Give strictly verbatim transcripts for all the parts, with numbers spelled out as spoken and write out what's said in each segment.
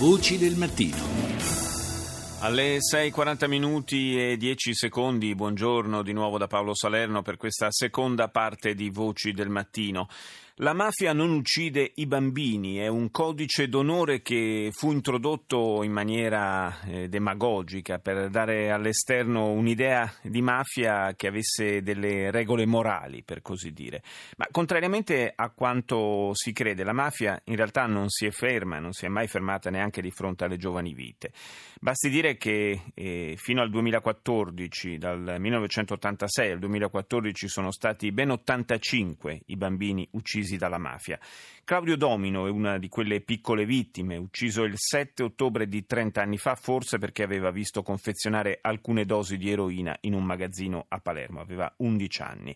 Voci del mattino. Alle sei e quaranta minuti e dieci secondi, buongiorno di nuovo da Paolo Salerno per questa seconda parte di Voci del Mattino. La mafia non uccide i bambini, è un codice d'onore che fu introdotto in maniera eh, demagogica per dare all'esterno un'idea di mafia che avesse delle regole morali, per così dire. Ma contrariamente a quanto si crede, la mafia in realtà non si è ferma, non si è mai fermata neanche di fronte alle giovani vite. Basti dire che eh, fino al duemilaquattordici, dal millenovecentottantasei al duemilaquattordici, sono stati ben ottantacinque i bambini uccisi dalla mafia. Claudio Domino è una di quelle piccole vittime, ucciso il sette ottobre di trenta anni fa, forse perché aveva visto confezionare alcune dosi di eroina in un magazzino a Palermo. Aveva undici anni.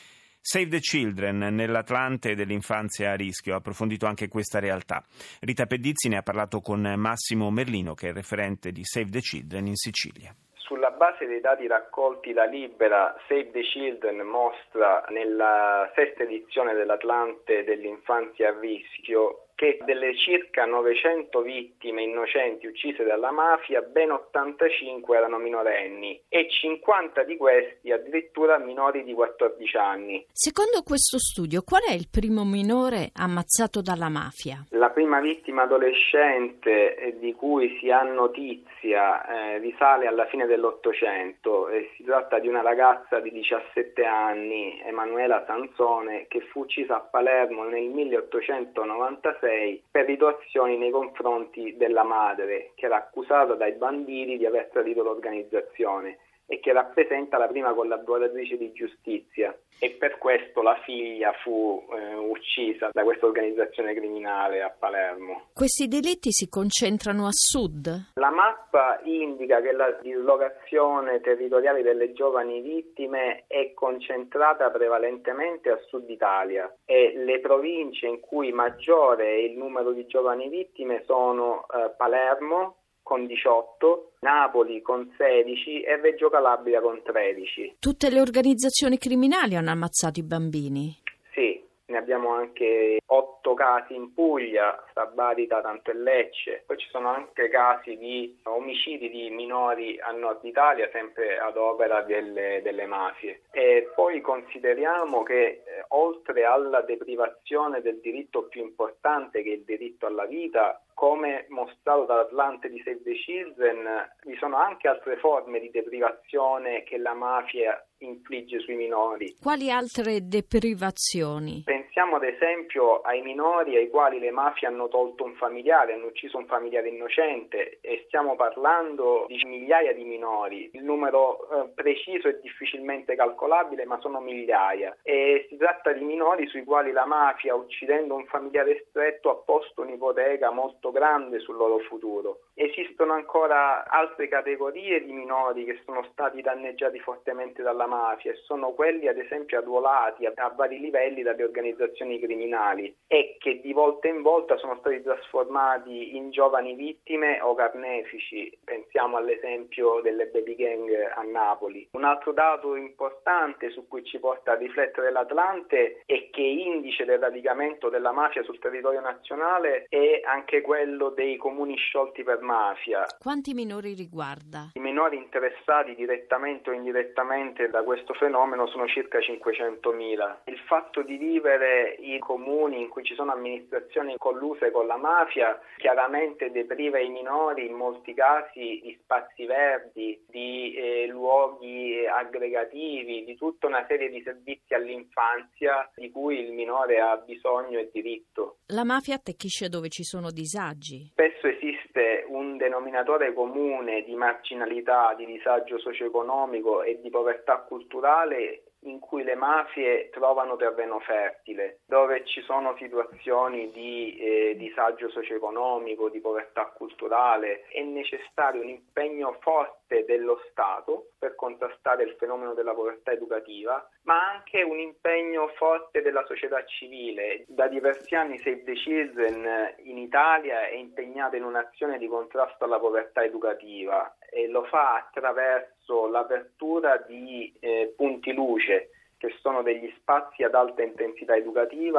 Save the Children nell'Atlante dell'infanzia a rischio ha approfondito anche questa realtà. Rita Pedizzi ne ha parlato con Massimo Merlino, che è il referente di Save the Children in Sicilia. Sulla base dei dati raccolti da Libera, Save the Children mostra nella sesta edizione dell'Atlante dell'infanzia a rischio che delle circa novecento vittime innocenti uccise dalla mafia, ben ottantacinque erano minorenni e cinquanta di questi addirittura minori di quattordici anni. Secondo questo studio, qual è il primo minore ammazzato dalla mafia? La prima vittima adolescente eh, di cui si ha notizia eh, risale alla fine dell'Ottocento e si tratta di una ragazza di diciassette anni, Emanuela Sansone, che fu uccisa a Palermo nel milleottocentonovantasei per ritorsioni nei confronti della madre, che era accusata dai banditi di aver tradito l'organizzazione e che rappresenta la prima collaboratrice di giustizia, e per questo la figlia fu eh, uccisa da questa organizzazione criminale a Palermo. Questi delitti si concentrano a sud? La mappa indica che la dislocazione territoriale delle giovani vittime è concentrata prevalentemente a sud Italia e le province in cui maggiore è il numero di giovani vittime sono eh, Palermo con diciotto, Napoli con sedici e Reggio Calabria con tredici. Tutte le organizzazioni criminali hanno ammazzato i bambini? Sì, ne abbiamo anche otto casi in Puglia, Sabari, Taranto e Lecce. Poi ci sono anche casi di omicidi di minori a nord Italia, sempre ad opera delle, delle mafie. E poi consideriamo che eh, oltre alla deprivazione del diritto più importante, che è il diritto alla vita, come mostrato dall'Atlante di Save the Children, vi sono anche altre forme di deprivazione che la mafia infligge sui minori. Quali altre deprivazioni? Pensiamo ad esempio ai minori ai quali le mafie hanno tolto un familiare, hanno ucciso un familiare innocente, e stiamo parlando di migliaia di minori. Il numero eh, preciso è difficilmente calcolabile, ma sono migliaia. E si tratta di minori sui quali la mafia, uccidendo un familiare stretto, ha posto un'ipoteca molto grande sul loro futuro. Esistono ancora altre categorie di minori che sono stati danneggiati fortemente dalla mafia, e sono quelli ad esempio arruolati a, a vari livelli dalle organizzazioni criminali e che di volta in volta sono stati trasformati in giovani vittime o carnefici. Pensiamo all'esempio delle baby gang a Napoli. Un altro dato importante su cui ci porta a riflettere l'Atlante è che indice del radicamento della mafia sul territorio nazionale è anche quello dei comuni sciolti per mafia. Quanti minori riguarda? I minori interessati direttamente o indirettamente da questo fenomeno sono circa cinquecentomila. Il fatto di vivere in comuni in cui ci sono amministrazioni colluse con la mafia chiaramente depriva i minori in molti casi di spazi verdi, di eh, luoghi aggregativi, di tutta una serie di servizi all'infanzia di cui il minore ha bisogno e diritto. La mafia attecchisce dove ci sono disagi. Spesso esiste un denominatore comune di marginalità, di disagio socio-economico e di povertà culturale in cui le mafie trovano terreno fertile, dove ci sono situazioni di eh, disagio socio-economico, di povertà culturale. È necessario un impegno forte dello Stato per contrastare il fenomeno della povertà educativa, ma anche un impegno forte della società civile. Da diversi anni Save the Children in Italia è impegnata in un'azione di contrasto alla povertà educativa e lo fa attraverso l'apertura di eh, punti luce, che sono degli spazi ad alta intensità educativa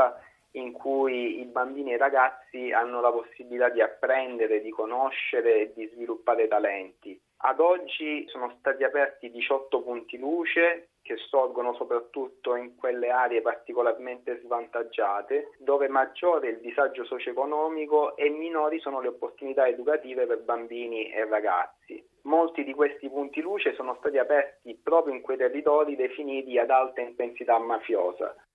in cui i bambini e i ragazzi hanno la possibilità di apprendere, di conoscere e di sviluppare talenti. Ad oggi sono stati aperti diciotto punti luce che sorgono soprattutto in quelle aree particolarmente svantaggiate, dove maggiore è il disagio socio-economico e minori sono le opportunità educative per bambini e ragazzi. Molti di questi punti luce sono stati aperti proprio in quei territori definiti ad alta intensità mafiosa.